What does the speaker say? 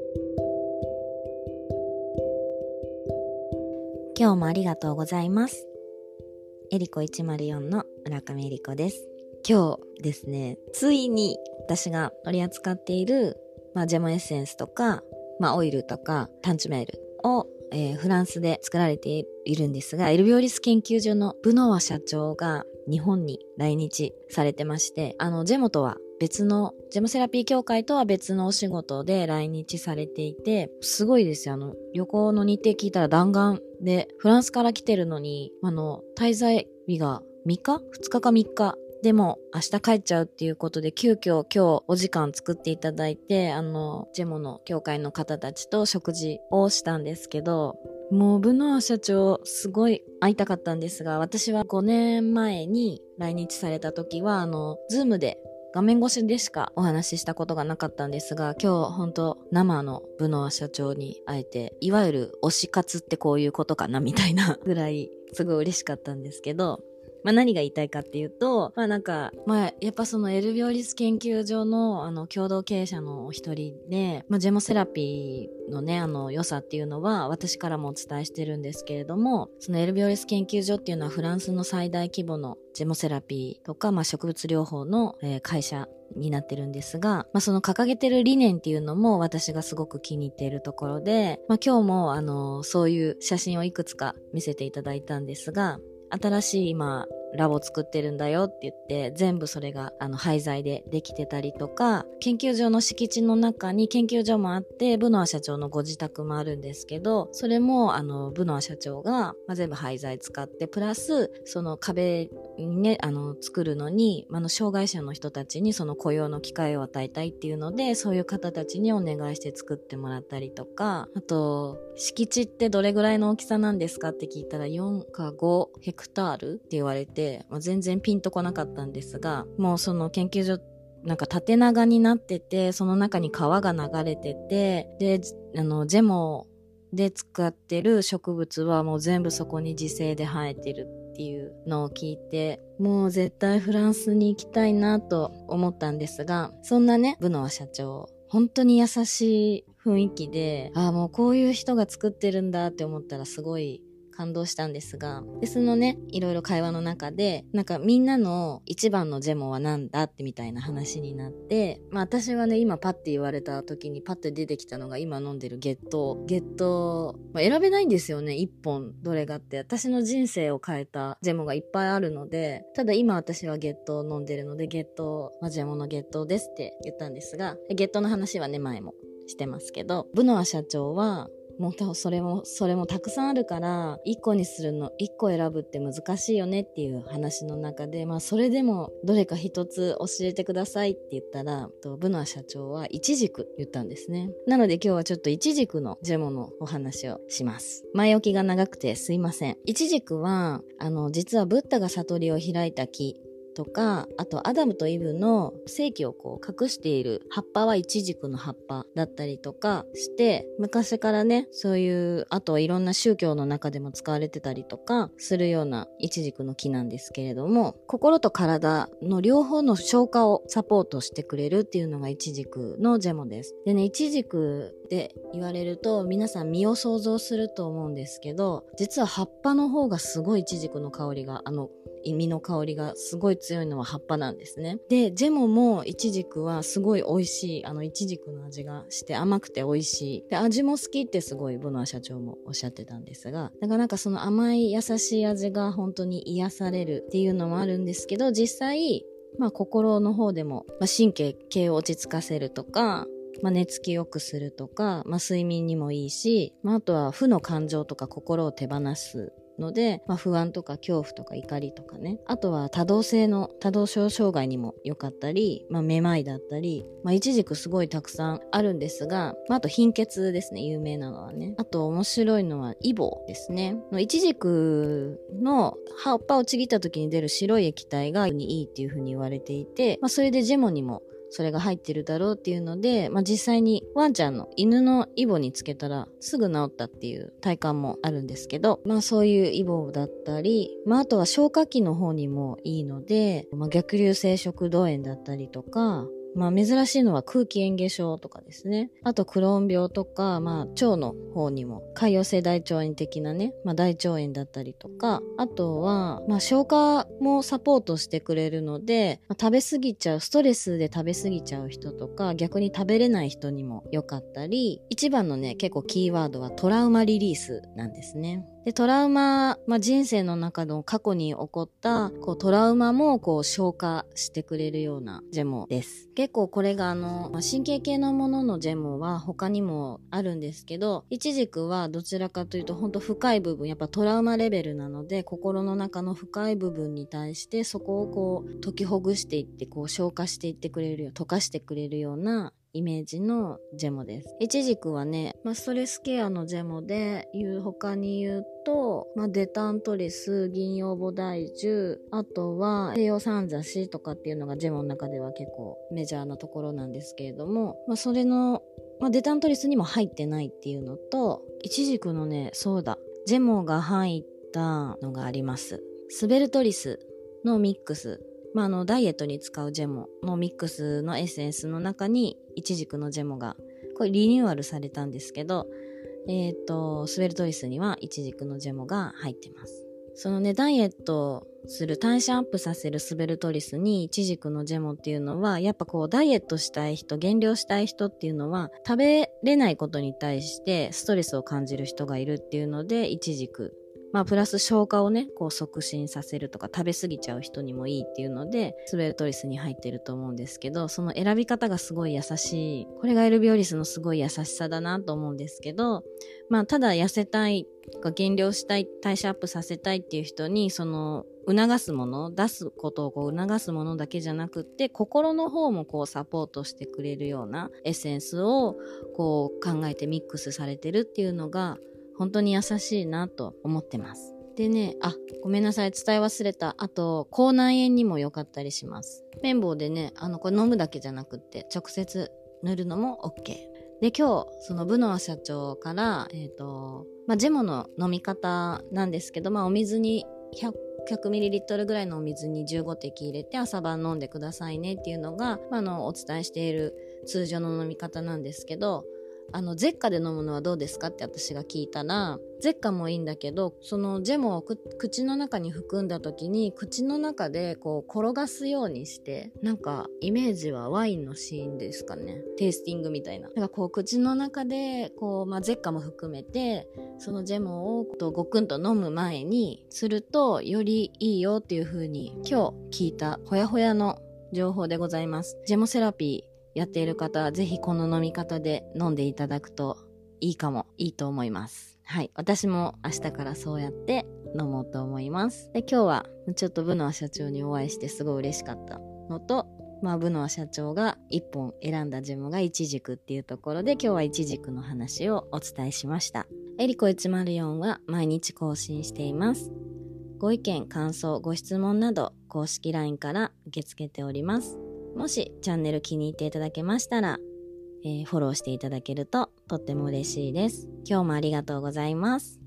今日もありがとうございます。エリコ104の村上エリコです。今日ですね、ついに私が取り扱っている、ジェモエッセンスとか、オイルとかタンチュメールを、フランスで作られているんですが、エルビオリス研究所のブノワ社長が日本に来日されてまして、ジェモとは別の、ジェモセラピー協会とは別のお仕事で来日されていて、すごいですよ。旅行の日程聞いたら弾丸で、フランスから来てるのに、滞在日が3日 ?2 日か3日。でも明日帰っちゃうっていうことで急遽今日お時間作っていただいて、ジェモの協会の方たちと食事をしたんですけど、もうブノワ社長すごい会いたかったんですが、私は5年前に来日された時はズームで画面越しでしかお話ししたことがなかったんですが、今日本当生のブノワ社長に会えて、いわゆる推し活ってこういうことかなみたいなぐらいすごい嬉しかったんですけど、何が言いたいかっていうと、やっぱそのエルビオリス研究所の共同経営者のお一人で、ジェモセラピーのね、良さっていうのは私からもお伝えしてるんですけれども、そのエルビオリス研究所っていうのはフランスの最大規模のジェモセラピーとか、植物療法の、会社になってるんですが、その掲げてる理念っていうのも私がすごく気に入っているところで、今日もそういう写真をいくつか見せていただいたんですが、新しい今ラボ作ってるんだよって言って、全部それが廃材でできてたりとか、研究所の敷地の中に研究所もあって、ブノワ社長のご自宅もあるんですけど、それもブノワ社長が、全部廃材使って、プラスその壁にね作るのに障害者の人たちにその雇用の機会を与えたいっていうので、そういう方たちにお願いして作ってもらったりとか、あと敷地ってどれぐらいの大きさなんですかって聞いたら4か5ヘクタールって言われて、全然ピンとこなかったんですが、もうその研究所縦長になってて、その中に川が流れてて、でジェモで使ってる植物はもう全部そこに自生で生えてるっていうのを聞いて、もう絶対フランスに行きたいなと思ったんですが、そんなねブノワ社長本当に優しい雰囲気で、もうこういう人が作ってるんだって思ったらすごい感動したんですが、でそのねいろいろ会話の中でみんなの一番のジェモはなんだってみたいな話になって、私はね今パッて言われた時にパッて出てきたのが今飲んでる月桃、選べないんですよね、一本どれがって。私の人生を変えたジェモがいっぱいあるので、ただ今私は月桃飲んでるので、月桃、ジェモの月桃ですって言ったんですが、月桃の話はね前もしてますけど、ブノワ社長はもうそれもたくさんあるから1個にするの、1個選ぶって難しいよねっていう話の中で、それでもどれか一つ教えてくださいって言ったら、ブノワ社長はイチジク言ったんですね。なので今日はちょっとイチジクのジェモのお話をします。前置きが長くてすいません。イチジクは実はブッダが悟りを開いた木とか、あとアダムとイブの生気を隠している葉っぱはイチジクの葉っぱだったりとかして、昔からねそういう、あといろんな宗教の中でも使われてたりとかするようなイチジクの木なんですけれども、心と体の両方の消化をサポートしてくれるっていうのがイチジクのジェモです。でね、イチジクって言われると皆さん実を想像すると思うんですけど、実は葉っぱの方がすごいイチジクの香りが、実の香りがすごい強いのは葉っぱなんですね。でジェモもイチジクはすごい美味しい、イチジクの味がして甘くて美味しいで、味も好きってすごいブノワ社長もおっしゃってたんですが、だからその甘い優しい味が本当に癒されるっていうのもあるんですけど、実際心の方でも、神経系を落ち着かせるとか、寝つき良くするとか、睡眠にもいいし、あとは負の感情とか心を手放すので、不安とか恐怖とか怒りとかね、あとは多動症障害にも良かったり、めまいだったり、イチジクすごいたくさんあるんですが、あと貧血ですね、有名なのはね。あと面白いのはイボですね。イチジクの葉っぱをちぎった時に出る白い液体がいいっていう風に言われていて、それでジェモにもそれが入ってるだろうっていうので、実際にワンちゃんの犬のイボにつけたらすぐ治ったっていう体感もあるんですけど、そういうイボだったり、あとは消化器の方にもいいので、逆流性食道炎だったりとか、 珍しいのは空気嚥下症とかですね。あとクローン病とか、腸の方にも潰瘍性大腸炎的なね、大腸炎だったりとか、あとは、消化もサポートしてくれるので、食べ過ぎちゃう、ストレスで食べ過ぎちゃう人とか、逆に食べれない人にも良かったり、一番のね、結構キーワードはトラウマリリースなんですね。で、トラウマ、人生の中の過去に起こったトラウマも消化してくれるようなジェモです。結構これが神経系のもののジェモは他にもあるんですけど、イチジクはどちらかというと本当深い部分、やっぱトラウマレベルなので、心の中の深い部分に対してそこを解きほぐしていって消化していってくれるよう、溶かしてくれるようなイメージのジェモです。イチジクはね、ストレスケアのジェモで他に言うと、デタントリス、銀葉菩提樹、あとは西洋三座子とかっていうのがジェモの中では結構メジャーなところなんですけれども、それの、デタントリスにも入ってないっていうのと、イチジクのね、ジェモが入ったのがあります。スベルトリスのミックス。ダイエットに使うジェモのミックスのエッセンスの中にイチジクのジェモが、これリニューアルされたんですけど、スベルトリスにはイチジクのジェモが入ってます。そのね、ダイエットする、代謝アップさせるスベルトリスにイチジクのジェモっていうのは、やっぱダイエットしたい人、減量したい人っていうのは、食べれないことに対してストレスを感じる人がいるっていうので、イチジク、プラス消化をね、促進させるとか、食べ過ぎちゃう人にもいいっていうので、スベルトリスに入ってると思うんですけど、その選び方がすごい優しい。これがエルビオリスのすごい優しさだなと思うんですけど、ただ痩せたい、減量したい、代謝アップさせたいっていう人に、促すもの、出すことを促すものだけじゃなくって、心の方もサポートしてくれるようなエッセンスを考えてミックスされてるっていうのが、本当に優しいなと思ってます。でね、ごめんなさい、伝え忘れた。あと、口内炎にも良かったりします。綿棒でね、これ飲むだけじゃなくって、直接塗るのも OK。で、今日、そのブノア社長から、ジェモの飲み方なんですけど、お水に100ml ぐらいのお水に15滴入れて朝晩飲んでくださいねっていうのが、お伝えしている通常の飲み方なんですけど、ゼッカで飲むのはどうですかって私が聞いたら、ゼッカもいいんだけど、そのジェモを口の中に含んだ時に、口の中で転がすようにして、イメージはワインのシーンですかね。テイスティングみたいな。口の中で、ゼッカも含めて、そのジェモをごくんと飲む前にすると、よりいいよっていう風に、今日聞いたほやほやの情報でございます。ジェモセラピーやっている方はぜひこの飲み方で飲んでいただくといいと思います。はい。私も明日からそうやって飲もうと思います。で、今日はちょっとブノア社長にお会いしてすごい嬉しかったのと、ブノア社長が一本選んだジェモがイチジクっていうところで、今日はイチジクの話をお伝えしました。エリコ104は毎日更新しています。ご意見、感想、ご質問など公式 LINE から受け付けております。もしチャンネル気に入っていただけましたら、フォローしていただけるととっても嬉しいです。今日もありがとうございます。